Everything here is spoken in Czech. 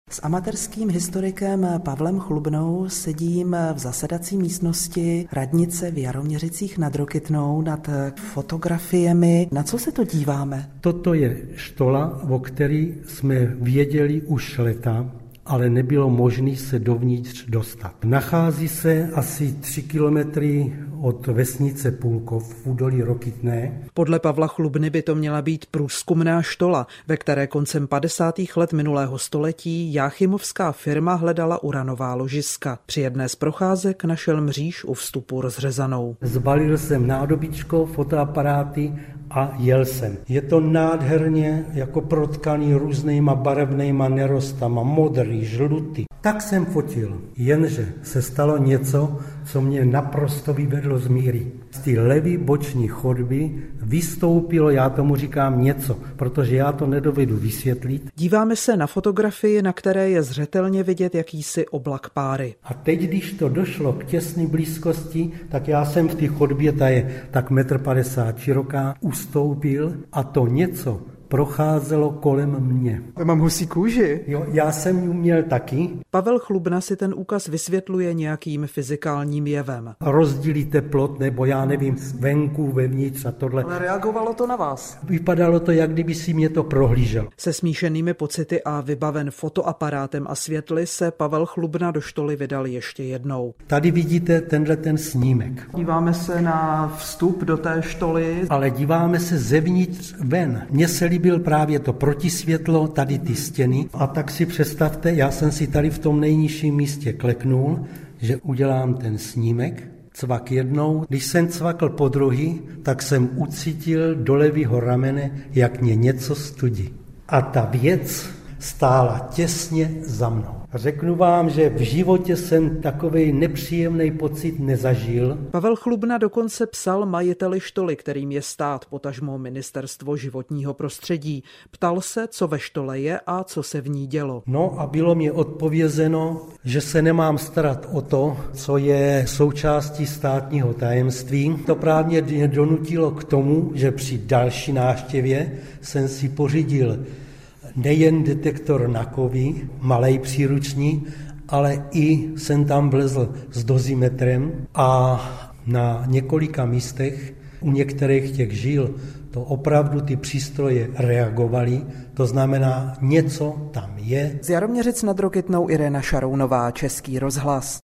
S amatérským historikem Pavlem Chlubnou sedím v zasedací místnosti radnice v Jaroměřicích nad Rokytnou nad fotografiemi. Na co se to díváme? Toto je štola, o který jsme věděli už leta, ale nebylo možné se dovnitř dostat. Nachází se asi 3 kilometry od vesnice Půlkov v údolí Rokytné. Podle Pavla Chlubny by to měla být průzkumná štola, ve které koncem 50. let minulého století jáchymovská firma hledala uranová ložiska. Při jedné z procházek našel mříž u vstupu rozřezanou. Zbalil jsem nádobičko, fotoaparáty a jel jsem. Je to nádherně jako protkaný různýma barevnýma nerostama, modrý, žlutý. Tak jsem fotil, jenže se stalo něco, co mě naprosto vyvedlo z míry. Z té levý boční chodby vystoupilo, já tomu říkám něco, protože já to nedovedu vysvětlit. Díváme se na fotografii, na které je zřetelně vidět jakýsi oblak páry. A teď, když to došlo k těsné blízkosti, tak já jsem v té chodbě, ta je tak 1,50 m široká, ustoupil a to něco procházelo kolem mě. Já mám husí kůži. Jo, já jsem ji měl taky. Pavel Chlubna si ten úkaz vysvětluje nějakým fyzikálním jevem. Rozdíly teplot, nebo já nevím, venku, vevnitř a tohle. Ale reagovalo to na vás? Vypadalo to, jak kdyby si mě to prohlížel. Se smíšenými pocity a vybaven fotoaparátem a světly se Pavel Chlubna do štoly vydal ještě jednou. Tady vidíte ten snímek. Díváme se na vstup do té štoly. Ale díváme se zevnitř ven. Mně se líbil právě to protisvětlo, tady ty stěny. A tak si představte, já jsem si tady v tom nejnižším místě kleknul, že udělám ten snímek. Cvak jednou, když jsem cvakl po druhý, tak jsem ucítil do levýho ramene, jak mě něco studí. A ta věc stála těsně za mnou. Řeknu vám, že v životě jsem takovej nepříjemný pocit nezažil. Pavel Chlubna dokonce psal majiteli štoly, kterým je stát, potažmo Ministerstvo životního prostředí. Ptal se, co ve štole je a co se v ní dělo. No a bylo mi odpovězeno, že se nemám starat o to, co je součástí státního tajemství. To právě mě donutilo k tomu, že při další návštěvě jsem si pořídil nejen detektor na kovy, malej příruční, ale i jsem tam vlezl s dozimetrem a na několika místech u některých těch žil to opravdu ty přístroje reagovaly, to znamená něco tam je. Z Jaroměřic nad Rokytnou Irena Šarounová, Český rozhlas.